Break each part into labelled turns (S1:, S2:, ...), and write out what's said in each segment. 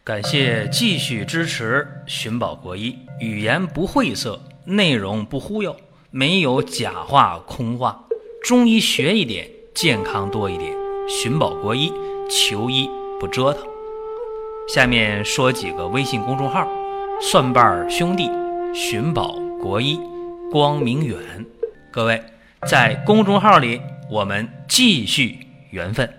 S1: 感谢继续支持寻宝国医，语言不晦涩，内容不忽悠，没有假话空话，中医学一点，健康多一点。寻宝国医，求医不折腾。下面说几个微信公众号：蒜瓣兄弟、寻宝国医、光明远。各位在公众号里，我们继续缘分。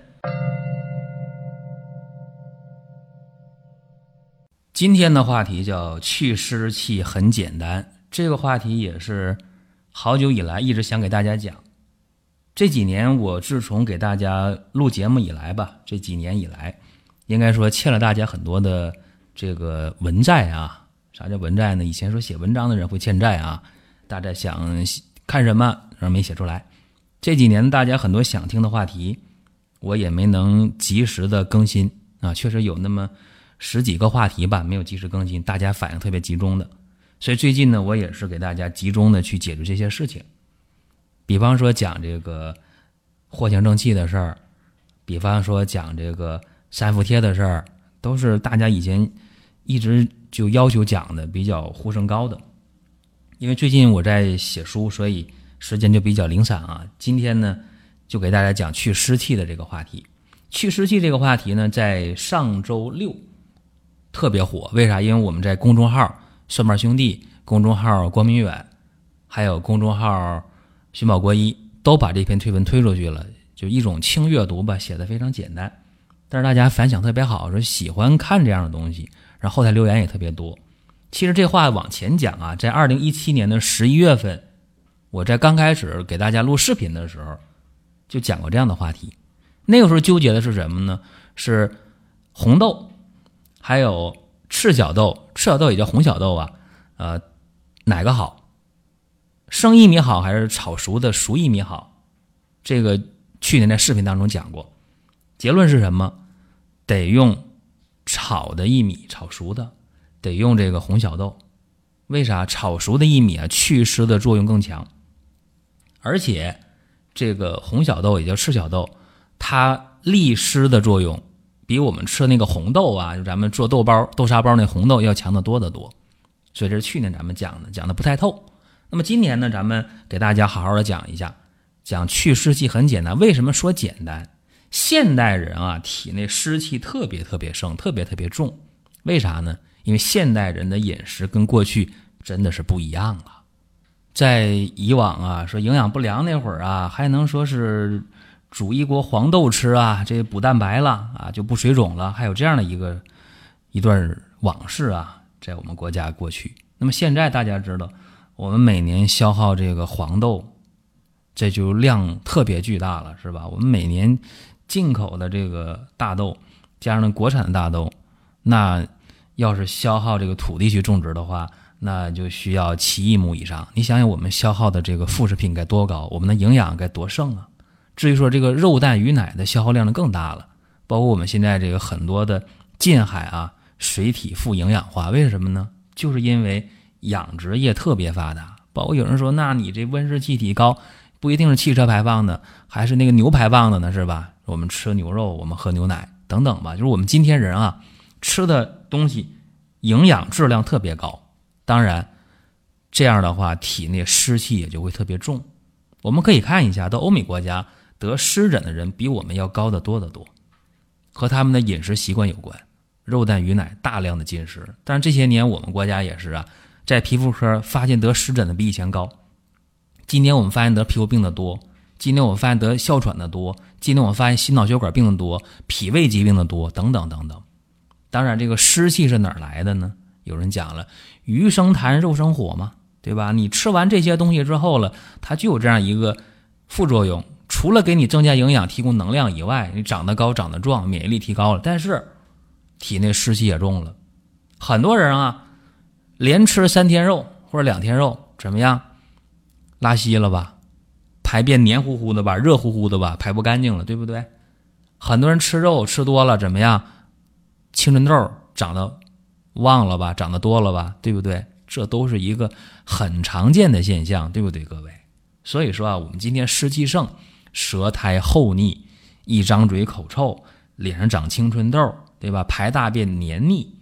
S1: 今天的话题叫去湿气很简单，这个话题也是好久以来一直想给大家讲。这几年我自从给大家录节目以来吧，这几年以来应该说欠了大家很多的这个文债啊。啥叫文债呢？以前说写文章的人会欠债啊，大家想看什么没写出来。这几年大家很多想听的话题我也没能及时的更新啊，确实有那么十几个话题吧，没有及时更新，大家反应特别集中的。所以最近呢，我也是给大家集中的去解决这些事情。比方说讲这个藿香正气的事儿，比方说讲这个三伏贴的事儿，都是大家以前一直就要求讲的，比较呼声高的。因为最近我在写书，所以时间就比较零散啊。今天呢，就给大家讲去湿气的这个话题。去湿气这个话题呢，在上周六特别火，为啥？因为我们在公众号蒜瓣兄弟、公众号光明远，还有公众号寻宝国医都把这篇推文推出去了，就一种轻阅读吧，写的非常简单，但是大家反响特别好，说喜欢看这样的东西，然后后台留言也特别多。其实这话往前讲啊，在2017年的11月份，我在刚开始给大家录视频的时候就讲过这样的话题。那个时候纠结的是什么呢？是红豆还有赤小豆，赤小豆也叫红小豆啊，哪个好？生薏米好还是炒熟的熟薏米好？这个去年在视频当中讲过，结论是什么？得用炒的薏米，炒熟的，得用这个红小豆。为啥？炒熟的薏米啊，祛湿的作用更强，而且这个红小豆也叫赤小豆，它利湿的作用比我们吃那个红豆啊，就咱们做豆包、豆沙包那红豆要强得多得多。所以这是去年咱们讲的不太透。那么今年呢，咱们给大家好好的讲一下，讲去湿气很简单。为什么说简单？现代人啊，体内湿气特别特别盛，特别特别重。为啥呢？因为现代人的饮食跟过去真的是不一样了。在以往啊，说营养不良那会儿啊，还能说是煮一锅黄豆吃啊，这补蛋白了啊，就不水肿了，还有这样的一段往事啊，在我们国家过去。那么现在大家知道，我们每年消耗这个黄豆，这就量特别巨大了，是吧？我们每年进口的这个大豆加上国产的大豆，那要是消耗这个土地去种植的话，那就需要7亿亩以上。你想想我们消耗的这个副食品该多高，我们的营养该多盛啊。至于说这个肉蛋鱼奶的消耗量就更大了，包括我们现在这个很多的近海啊，水体富营养化，为什么呢？就是因为养殖业特别发达。包括有人说，那你这温室气体高，不一定是汽车排放的，还是那个牛排放的呢，是吧？我们吃牛肉，我们喝牛奶等等吧，就是我们今天人啊吃的东西营养质量特别高，当然这样的话体内湿气也就会特别重。我们可以看一下，到欧美国家得湿疹的人比我们要高得多得多，和他们的饮食习惯有关，肉蛋鱼奶大量的进食。但是这些年我们国家也是啊，在皮肤科发现得湿疹的比以前高。今年我们发现得皮肤病的多，今年我们发现得哮喘的多，今年我们发现心脑血管病的多，脾胃疾病的多，等等等等。当然这个湿气是哪儿来的呢？有人讲了，鱼生痰肉生火嘛，对吧？你吃完这些东西之后了，它就有这样一个副作用，除了给你增加营养提供能量以外，你长得高长得壮，免疫力提高了，但是体内湿气也重了。很多人啊连吃3天肉或者2天肉，怎么样？拉稀了吧，排便黏糊糊的吧，热乎乎的吧，排不干净了，对不对？很多人吃肉吃多了怎么样？青春痘长得旺了吧，长得多了吧，对不对？这都是一个很常见的现象，对不对各位？所以说啊，我们今天湿气盛，舌苔厚腻，一张嘴口臭，脸上长青春痘，对吧？排大便黏腻，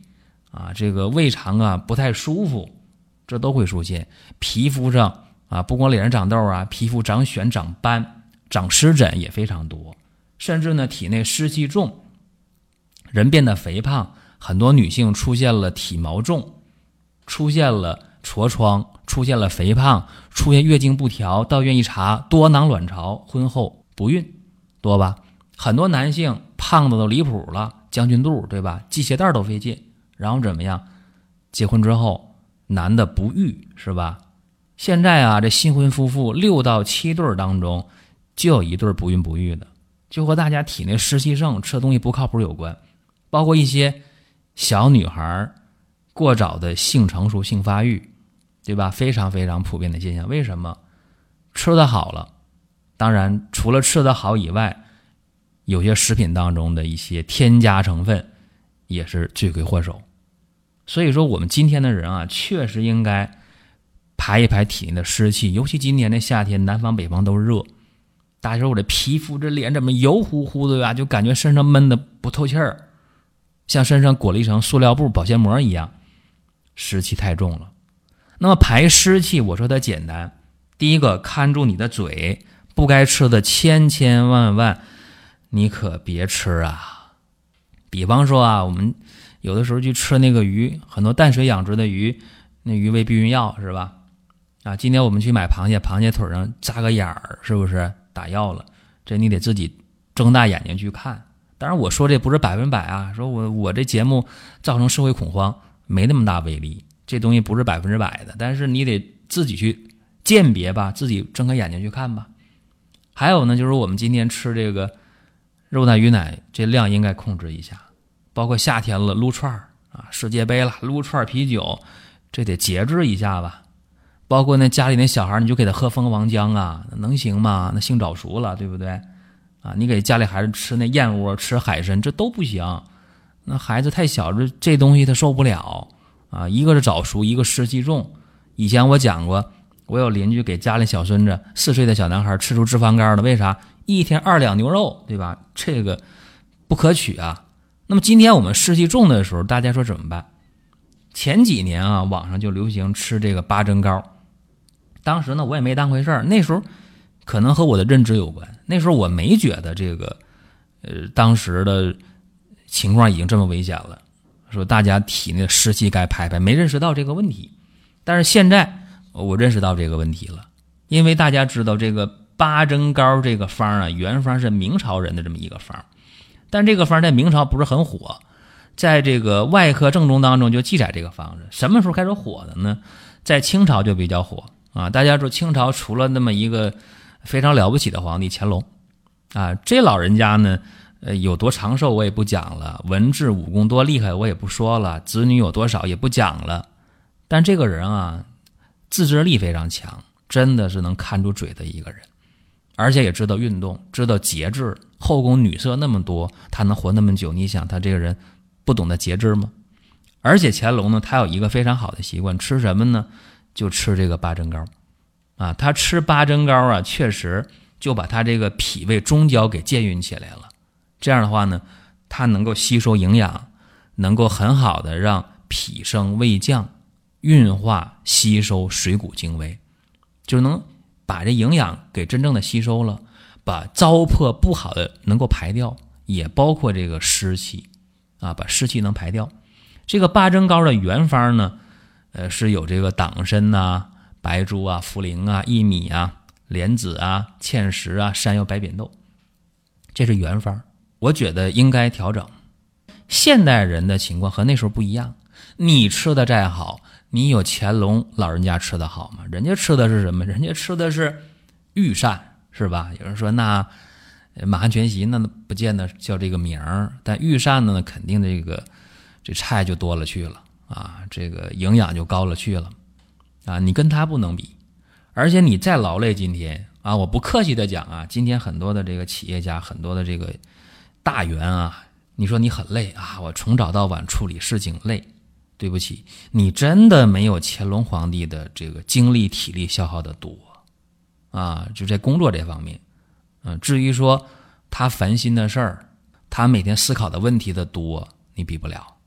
S1: 啊，这个胃肠啊不太舒服，这都会出现。皮肤上啊，不光脸上长痘啊，皮肤长癣、长斑、长湿疹也非常多，甚至呢体内湿气重，人变得肥胖，很多女性出现了体毛重，出现了痤疮，出现了肥胖，出现月经不调，到医院一查多囊卵巢，婚后不孕，多吧？很多男性胖的都离谱了，将军肚，对吧？系鞋带都费劲，然后怎么样？结婚之后男的不育，是吧？现在啊，这新婚夫妇6到7对当中就有1对不孕不育的，就和大家体内湿气盛，吃的东西不靠谱有关。包括一些小女孩过早的性成熟、性发育，对吧？非常非常普遍的现象。为什么？吃的好了，当然除了吃的好以外，有些食品当中的一些添加成分也是罪魁祸首。所以说我们今天的人啊，确实应该排一排体内的湿气，尤其今年的夏天，南方北方都热，大家说我这皮肤这脸怎么油乎乎的呀，就感觉身上闷的不透气儿，像身上裹了一层塑料布保鲜膜一样，湿气太重了。那么排湿气我说它简单，第一个看住你的嘴，不该吃的千千万万你可别吃啊。比方说啊，我们有的时候去吃那个鱼，很多淡水养殖的鱼，那鱼喂避孕药是吧？啊，今天我们去买螃蟹，螃蟹腿上扎个眼儿，是不是打药了？这你得自己睁大眼睛去看。当然我说这不是100%啊，说我这节目造成社会恐慌没那么大威力，这东西不是100%的，但是你得自己去鉴别吧，自己睁开眼睛去看吧。还有呢，就是我们今天吃这个肉奶鱼奶，这量应该控制一下，包括夏天了撸串啊，世界杯了撸串啤酒，这得节制一下吧。包括那家里那小孩，你就给他喝蜂王浆啊，能行吗？那性早熟了，对不对？啊，你给家里孩子吃那燕窝、吃海参，这都不行。那孩子太小，这东西他受不了啊。一个是早熟，一个湿气重。以前我讲过，我有邻居给家里小孙子4岁的小男孩吃出脂肪肝了，为啥？1天2两牛肉，对吧？这个不可取啊。那么今天我们湿气重的时候，大家说怎么办？前几年啊，网上就流行吃这个八珍糕。当时呢，我也没当回事儿。那时候可能和我的认知有关，那时候我没觉得这个当时的情况已经这么危险了，说大家体内的湿气该排排，没认识到这个问题。但是现在我认识到这个问题了，因为大家知道这个八珍糕这个方啊，原方是明朝人的这么一个方，但这个方在明朝不是很火，在这个外科正宗当中就记载这个方子。什么时候开始火的呢？在清朝就比较火啊。大家说清朝除了那么一个非常了不起的皇帝乾隆啊，这老人家呢有多长寿我也不讲了，文治武功多厉害我也不说了，子女有多少也不讲了。但这个人啊，自制力非常强，真的是能看住嘴的一个人，而且也知道运动，知道节制，后宫女色那么多，他能活那么久，你想他这个人不懂得节制吗？而且乾隆呢，他有一个非常好的习惯，吃什么呢？就吃这个八珍糕啊。他吃八珍糕啊，确实就把他这个脾胃中焦给健运起来了。这样的话呢，他能够吸收营养，能够很好的让脾升胃降，运化吸收水谷精微，就能把这营养给真正的吸收了，把糟粕不好的能够排掉，也包括这个湿气啊，把湿气能排掉。这个八珍糕的原方呢，是有这个党参啊、白术啊、茯苓啊、薏米啊、莲子啊、芡实啊、山药、白扁豆，这是原方。我觉得应该调整。现代人的情况和那时候不一样，你吃的再好，你有乾隆老人家吃的好吗？人家吃的是什么？人家吃的是御膳，是吧？有人说那满汉全席那不见得叫这个名儿，但御膳呢，肯定这菜就多了去了啊，这个营养就高了去了啊，你跟他不能比。而且你再劳累，今天啊，我不客气的讲啊，今天很多的这个企业家，很多的这个大员啊，你说你很累啊，我从早到晚处理事情累，对不起，你真的没有乾隆皇帝的这个精力体力消耗的多啊，就在工作这方面。至于说他烦心的事儿，他每天思考的问题的多，你比不了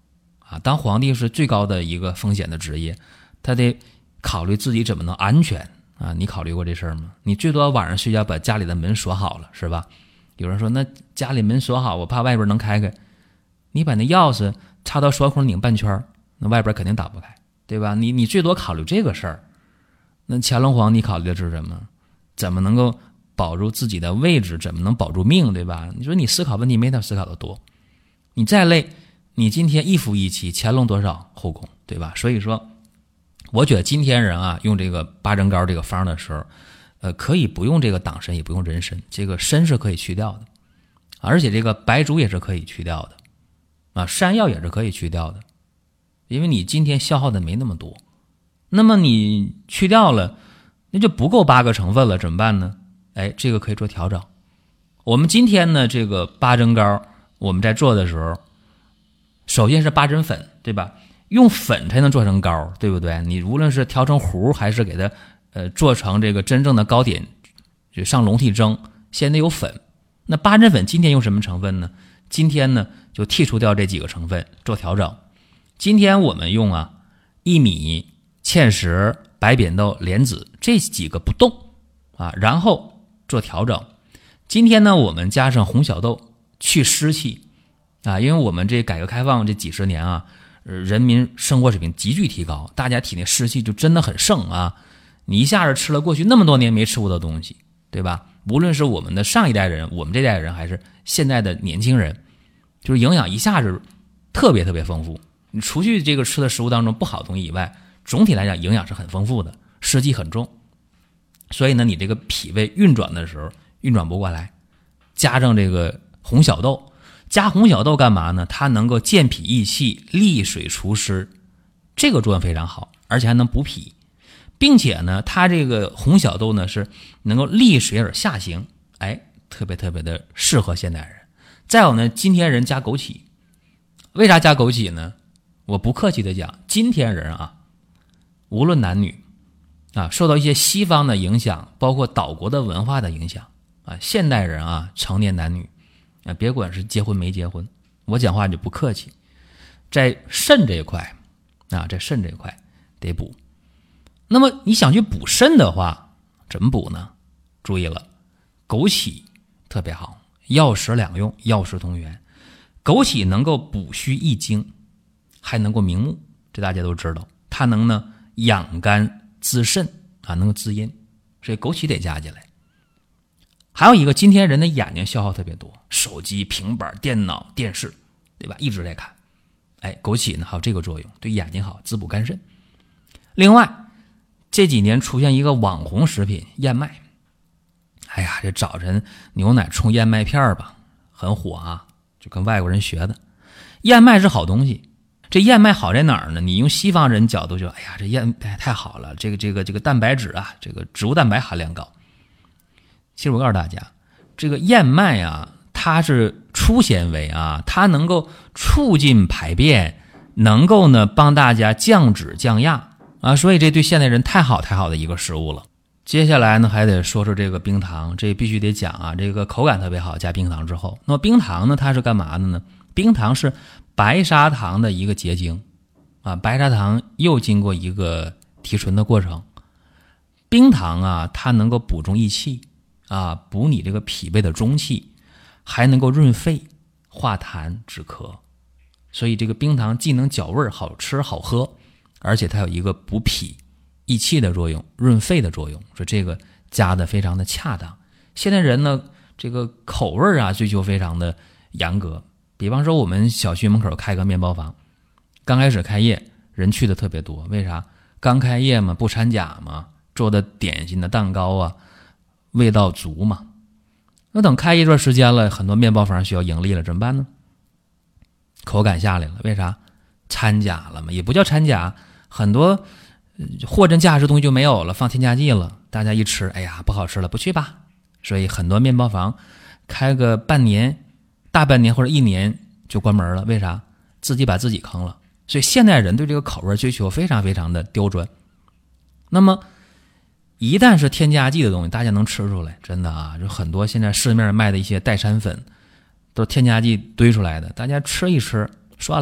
S1: 啊。当皇帝是最高的一个风险的职业，他得考虑自己怎么能安全啊。你考虑过这事儿吗？你最多晚上睡觉把家里的门锁好了，是吧？有人说那家里门锁好，我怕外边能开开，你把那钥匙插到锁孔拧半圈，那外边肯定打不开，对吧？你最多考虑这个事儿。那乾隆皇帝考虑的是什么？怎么能够保住自己的位置，怎么能保住命，对吧？你说你思考问题没他思考的多，你再累，你今天一夫一妻，乾隆多少后宫，对吧？所以说我觉得今天人啊用这个八珍糕这个方的时候，可以不用这个党参，也不用人参，这个参是可以去掉的，而且这个白术也是可以去掉的啊，山药也是可以去掉的，因为你今天消耗的没那么多，那么你去掉了，那就不够8个成分了，怎么办呢？这个可以做调整。我们今天呢，这个八珍糕我们在做的时候，首先是八珍粉，对吧？用粉才能做成糕，对不对？你无论是调成糊，还是给它做成这个真正的糕点，就上笼屉蒸，先得有粉。那八珍粉今天用什么成分呢？今天呢就剔除掉这几个成分做调整。今天我们用薏米、芡实、白扁豆、莲子这几个不动啊，然后做调整。今天呢我们加上红小豆去湿气啊，因为我们这改革开放这几十年啊，人民生活水平急剧提高，大家体内湿气就真的很盛啊。你一下子吃了过去那么多年没吃过的东西，对吧？无论是我们的上一代人，我们这代人，还是现在的年轻人，就是营养一下子特别特别丰富。你除去这个吃的食物当中不好的东西以外，总体来讲营养是很丰富的，湿气很重，所以呢你这个脾胃运转的时候运转不过来。加上这个红小豆，加红小豆干嘛呢？它能够健脾益气、利水除湿，这个作用非常好，而且还能补脾，并且呢它这个红小豆呢是能够利水而下行，特别特别的适合现代人。再有呢，今天人加枸杞，为啥加枸杞呢？我不客气的讲，今天人啊，无论男女啊，受到一些西方的影响，包括岛国的文化的影响啊，现代人啊，成年男女啊，别管是结婚没结婚，我讲话就不客气，在肾这一块啊，在肾这一块得补。那么你想去补肾的话，怎么补呢？注意了，枸杞特别好，药食两用，药食同源。枸杞能够补虚益精，还能够明目，这大家都知道。它能呢养肝滋肾啊，能够滋阴，所以枸杞得加进来。还有一个，今天人的眼睛消耗特别多，手机、平板、电脑、电视，对吧？一直在看。枸杞呢还有这个作用，对眼睛好，滋补肝肾。另外，这几年出现一个网红食品燕麦，这早晨牛奶冲燕麦片吧，很火啊，就跟外国人学的。燕麦是好东西，这燕麦好在哪儿呢？你用西方人角度就，这燕麦太好了，这个蛋白质啊，这个植物蛋白含量高。其实我告诉大家，这个燕麦啊，它是粗纤维啊，它能够促进排便，能够呢帮大家降脂降压啊，所以这对现代人太好太好的一个食物了。接下来呢还得说说这个冰糖，这必须得讲啊，这个口感特别好，加冰糖之后，那么冰糖呢它是干嘛的呢？冰糖是白砂糖的一个结晶啊，白砂糖又经过一个提纯的过程。冰糖啊，它能够补中益气啊，补你这个脾胃的中气，还能够润肺、化痰、止咳。所以这个冰糖既能搅味儿，好吃好喝，而且它有一个补脾益气的作用，润肺的作用，说这个加的非常的恰当。现在人呢，这个口味啊追求非常的严格。比方说我们小区门口开个面包房，刚开始开业人去的特别多，为啥？刚开业嘛，不掺假嘛，做的点心的蛋糕啊味道足嘛。那等开一段时间了，很多面包房需要盈利了，怎么办呢？口感下来了，为啥？掺假了嘛，也不叫掺假，很多货真价实东西就没有了，放添加剂了，大家一吃，不好吃了，不去吧。所以很多面包房开个半年、大半年或者1年就关门了，为啥？自己把自己坑了。所以现代人对这个口味追求非常非常的刁钻。那么一旦是添加剂的东西，大家能吃出来，真的啊，就很多现在市面卖的一些代餐粉都是添加剂堆出来的，大家吃一吃算了吧，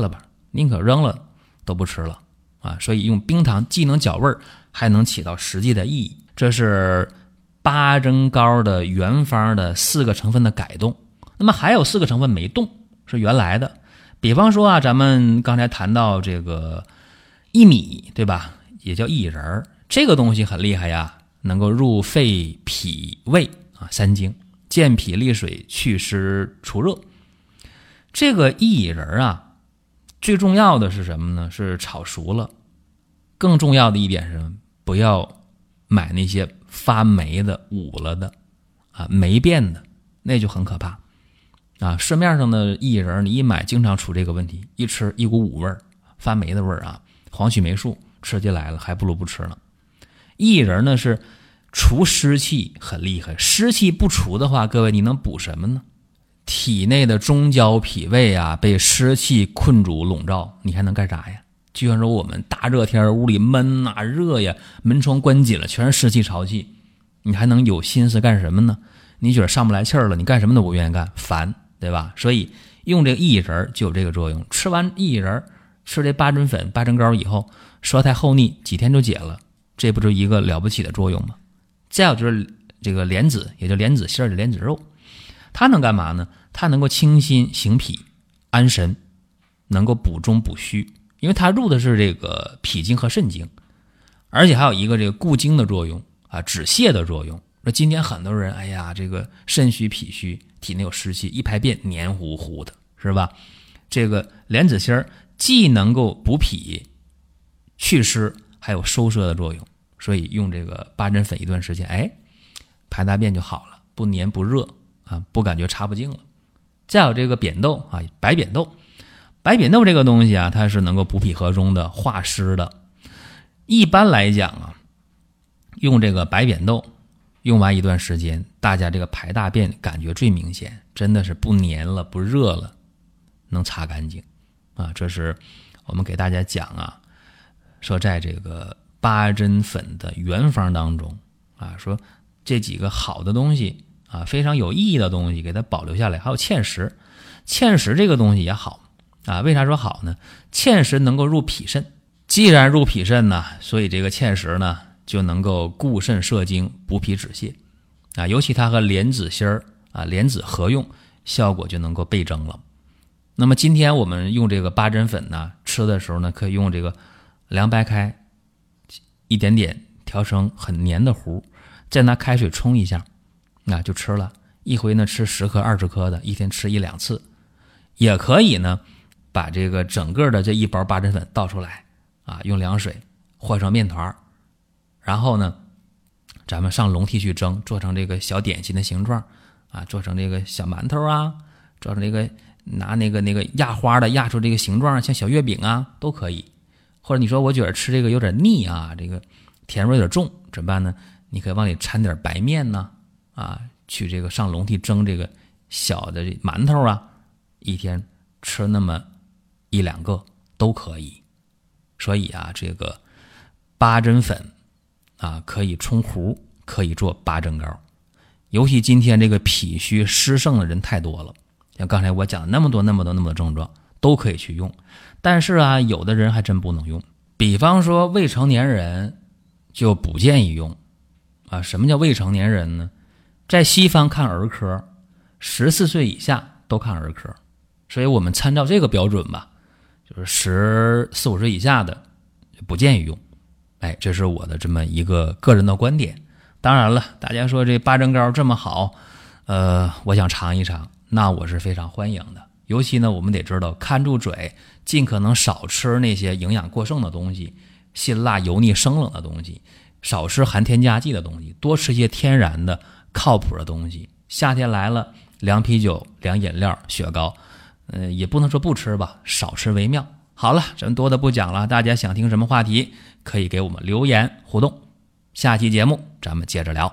S1: 宁可扔了都不吃了啊。所以用冰糖既能搅味儿，还能起到实际的意义。这是八珍糕的原方的4个成分的改动。那么还有4个成分没动，是原来的。比方说啊，咱们刚才谈到这个薏米，对吧？也叫薏仁儿，这个东西很厉害呀，能够入肺、脾、胃啊3经，健脾利水，祛湿除热。这个薏仁儿啊，最重要的是什么呢？是炒熟了。更重要的一点是什么？不要买那些发霉的、捂了的啊，霉变的，那就很可怕啊。市面上的薏仁你一买经常出这个问题，一吃一股捂味儿，发霉的味儿啊，黄曲霉素吃进来了，还不如不吃呢。薏仁呢是除湿气很厉害，湿气不除的话，各位你能补什么呢？体内的中焦脾胃啊被湿气困住笼罩，你还能干啥呀？就像说我们大热天屋里闷啊热呀，门窗关紧了，全是湿气潮气，你还能有心思干什么呢？你觉得上不来气儿了，你干什么都不愿意干，烦，对吧？所以用这个薏仁就有这个作用。吃完薏仁，吃这八珍粉、八珍糕以后，舌苔厚腻几天就解了，这不就一个了不起的作用吗？再有就是这个莲子，也就莲子馅的莲子肉，它能干嘛呢？它能够清心行脾、安神，能够补中补虚，因为它入的是这个脾经和肾经，而且还有一个这个固精的作用啊，止泻的作用。那今天很多人，哎呀，这个肾虚脾虚，体内有湿气，一排便黏糊糊的，是吧？这个莲子心既能够补脾、祛湿，还有收摄的作用，所以用这个八珍粉一段时间，哎，排大便就好了，不黏不热啊，不感觉插不进了。再有这个扁豆啊，白扁豆，白扁豆这个东西啊，它是能够补脾和中的、化湿的。一般来讲啊，用这个白扁豆用完一段时间，大家这个排大便感觉最明显，真的是不黏了、不热了，能擦干净啊。这是我们给大家讲啊，说在这个八珍粉的原方当中啊，说这几个好的东西啊，非常有意义的东西给它保留下来。还有芡实，芡实这个东西也好啊，为啥说好呢？芡实能够入脾肾，既然入脾肾呢，所以这个芡实呢就能够固肾摄精、补脾止泻啊。尤其它和莲子心啊、莲子合用，效果就能够倍增了。那么今天我们用这个八珍粉呢，吃的时候呢，可以用这个凉白开一点点调成很黏的糊，再拿开水冲一下，那就吃了。一回呢吃10颗、20颗的，一天吃1-2次。也可以呢把这个整个的这一包八珍粉倒出来啊，用凉水和成面团，然后呢咱们上笼屉去蒸，做成这个小点心的形状啊，做成这个小馒头啊，做成这个拿那个压花的压出这个形状，像小月饼啊都可以。或者你说我觉得吃这个有点腻啊，这个甜味有点重，怎么办呢？你可以往里掺点白面呢啊，去这个上笼屉蒸这个小的馒头啊，一天吃那么1-2个都可以。所以啊，这个八珍粉啊，可以冲糊，可以做八珍糕。尤其今天这个脾虚湿盛的人太多了，像刚才我讲的那么多症状都可以去用。但是啊，有的人还真不能用。比方说未成年人就不建议用啊。什么叫未成年人呢？在西方看儿科，14岁以下都看儿科，所以我们参照这个标准吧，就是14、15岁以下的不建议用。哎，这是我的这么一个个人的观点。当然了，大家说这八珍糕这么好，我想尝一尝，那我是非常欢迎的。尤其呢，我们得知道看住嘴，尽可能少吃那些营养过剩的东西，辛辣油腻生冷的东西，少吃含添加剂的东西，多吃些天然的靠谱的东西。夏天来了，凉啤酒、凉饮料、雪糕，也不能说不吃吧，少吃为妙。好了，咱多的不讲了，大家想听什么话题可以给我们留言互动，下期节目咱们接着聊。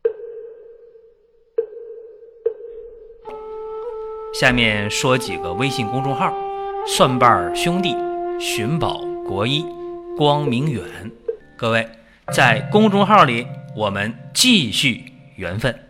S1: 下面说几个微信公众号：蒜瓣兄弟、寻宝国医、光明远。各位在公众号里我们继续缘分。